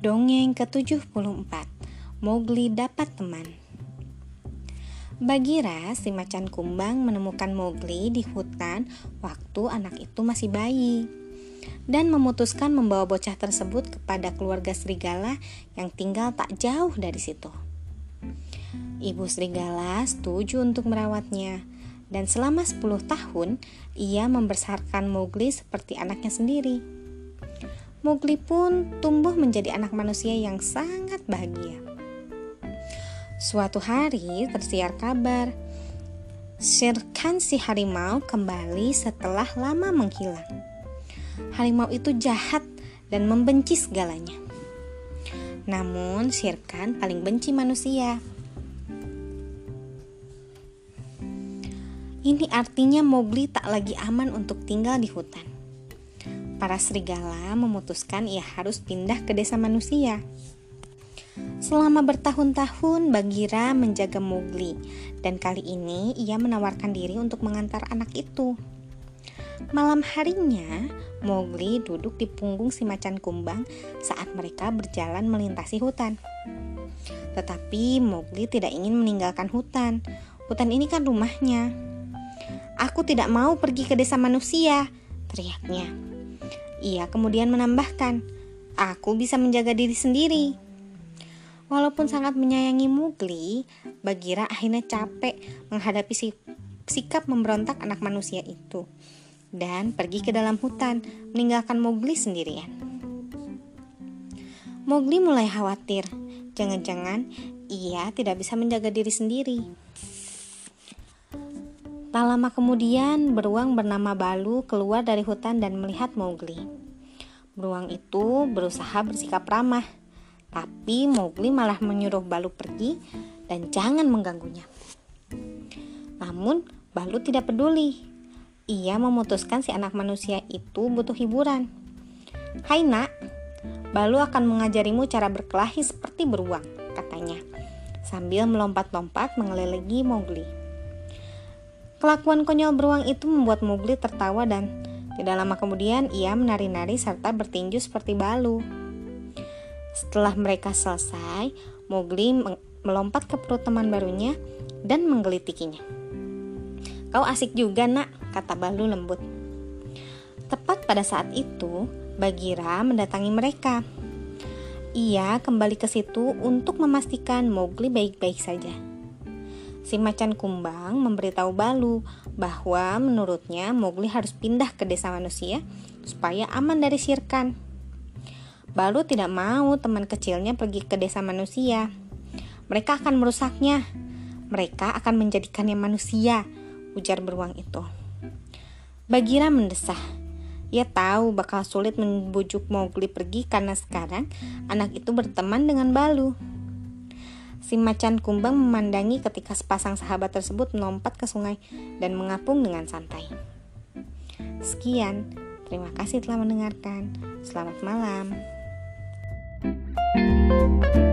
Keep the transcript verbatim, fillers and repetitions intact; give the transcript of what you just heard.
Dongeng ketujuh puluh empat. Mowgli dapat teman. Bagheera, si macan kumbang, menemukan Mowgli di hutan waktu anak itu masih bayi dan memutuskan membawa bocah tersebut kepada keluarga serigala yang tinggal tak jauh dari situ. Ibu serigala setuju untuk merawatnya, dan selama sepuluh tahun ia membesarkan Mowgli seperti anaknya sendiri. Mowgli pun tumbuh menjadi anak manusia yang sangat bahagia. Suatu hari tersiar kabar, Shere Khan si harimau kembali setelah lama menghilang. Harimau itu jahat dan membenci segalanya. Namun Shere Khan paling benci manusia. Ini artinya Mowgli tak lagi aman untuk tinggal di hutan. Para serigala memutuskan ia harus pindah ke desa manusia. Selama bertahun-tahun Bagheera menjaga Mowgli, dan kali ini ia menawarkan diri untuk mengantar anak itu. Malam harinya, Mowgli duduk di punggung si macan kumbang saat mereka berjalan melintasi hutan. Tetapi Mowgli tidak ingin meninggalkan hutan. Hutan ini kan rumahnya. "Aku tidak mau pergi ke desa manusia," teriaknya. Ia kemudian menambahkan, "Aku bisa menjaga diri sendiri." Walaupun sangat menyayangi Mowgli, Bagheera akhirnya capek menghadapi sikap memberontak anak manusia itu dan pergi ke dalam hutan, meninggalkan Mowgli sendirian. Mowgli mulai khawatir, jangan-jangan ia tidak bisa menjaga diri sendiri. Tak lama kemudian, beruang bernama Balu keluar dari hutan dan melihat Mowgli. Beruang itu berusaha bersikap ramah, tapi Mowgli malah menyuruh Balu pergi dan jangan mengganggunya. Namun, Balu tidak peduli. Ia memutuskan si anak manusia itu butuh hiburan. "Hai nak, Balu akan mengajarimu cara berkelahi seperti beruang," katanya, sambil melompat-lompat mengelilingi Mowgli. Kelakuan konyol beruang itu membuat Mowgli tertawa dan tidak lama kemudian ia menari-nari serta bertinju seperti Balu. Setelah mereka selesai, Mowgli melompat ke perut teman barunya dan menggelitikinya. "Kau asik juga nak," kata Balu lembut. Tepat pada saat itu, Bagheera mendatangi mereka. Ia kembali ke situ untuk memastikan Mowgli baik-baik saja. Si macan kumbang memberitahu Balu bahwa menurutnya Mowgli harus pindah ke desa manusia supaya aman dari Shere Khan. Balu tidak mau teman kecilnya pergi ke desa manusia. "Mereka akan merusaknya. Mereka akan menjadikannya manusia," ujar beruang itu. Bagheera mendesah. Ia tahu bakal sulit membujuk Mowgli pergi karena sekarang anak itu berteman dengan Balu. Si macan kumbang memandangi ketika sepasang sahabat tersebut melompat ke sungai dan mengapung dengan santai. Sekian, terima kasih telah mendengarkan. Selamat malam.